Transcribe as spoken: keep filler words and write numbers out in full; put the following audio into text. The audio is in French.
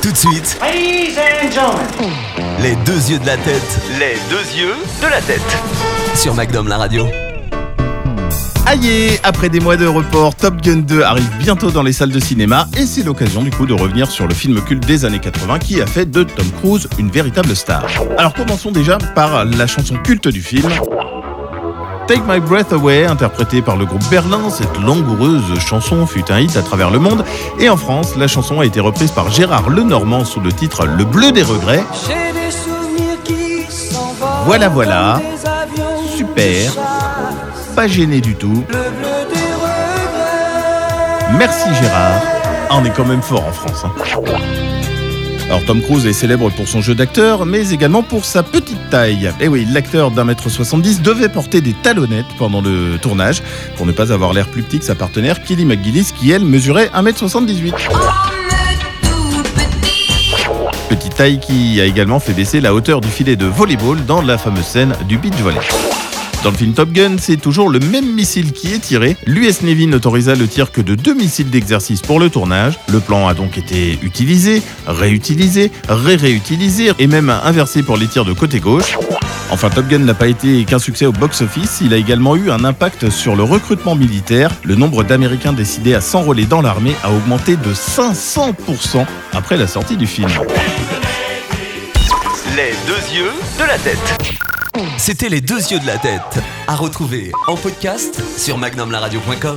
Tout de suite, Ladies and gentlemen, les deux yeux de la tête. Les deux yeux de la tête. Sur Magnum la radio. Aïe, après des mois de report, Top Gun deux arrive bientôt dans les salles de cinéma et c'est l'occasion du coup de revenir sur le film culte des années quatre-vingts qui a fait de Tom Cruise une véritable star. Alors commençons déjà par la chanson culte du film. Take My Breath Away, interprétée par le groupe Berlin, cette langoureuse chanson fut un hit à travers le monde. Et en France, la chanson a été reprise par Gérard Lenormand sous le titre Le Bleu des Regrets. J'ai des souvenirs qui s'envolent. Voilà, voilà. Comme des avions Super. de chasse. Pas gêné du tout. Le bleu des regrets. Merci Gérard. Ah, on est quand même fort en France. Hein. Alors Tom Cruise est célèbre pour son jeu d'acteur, mais également pour sa petite taille. Et oui, l'acteur d'un mètre soixante-dix devait porter des talonnettes pendant le tournage, pour ne pas avoir l'air plus petit que sa partenaire Kelly McGillis, qui elle mesurait un mètre soixante-dix-huit. Petite taille qui a également fait baisser la hauteur du filet de volleyball dans la fameuse scène du beach volley. Dans le film Top Gun, c'est toujours le même missile qui est tiré. L'U S Navy n'autorisa le tir que de deux missiles d'exercice pour le tournage. Le plan a donc été utilisé, réutilisé, ré-réutilisé et même inversé pour les tirs de côté gauche. Enfin, Top Gun n'a pas été qu'un succès au box-office, il a également eu un impact sur le recrutement militaire. Le nombre d'Américains décidés à s'enrôler dans l'armée a augmenté de cinq cents pour cent après la sortie du film. Les deux yeux de la tête. C'était les deux yeux de la tête. À retrouver en podcast sur magnum la radio point com.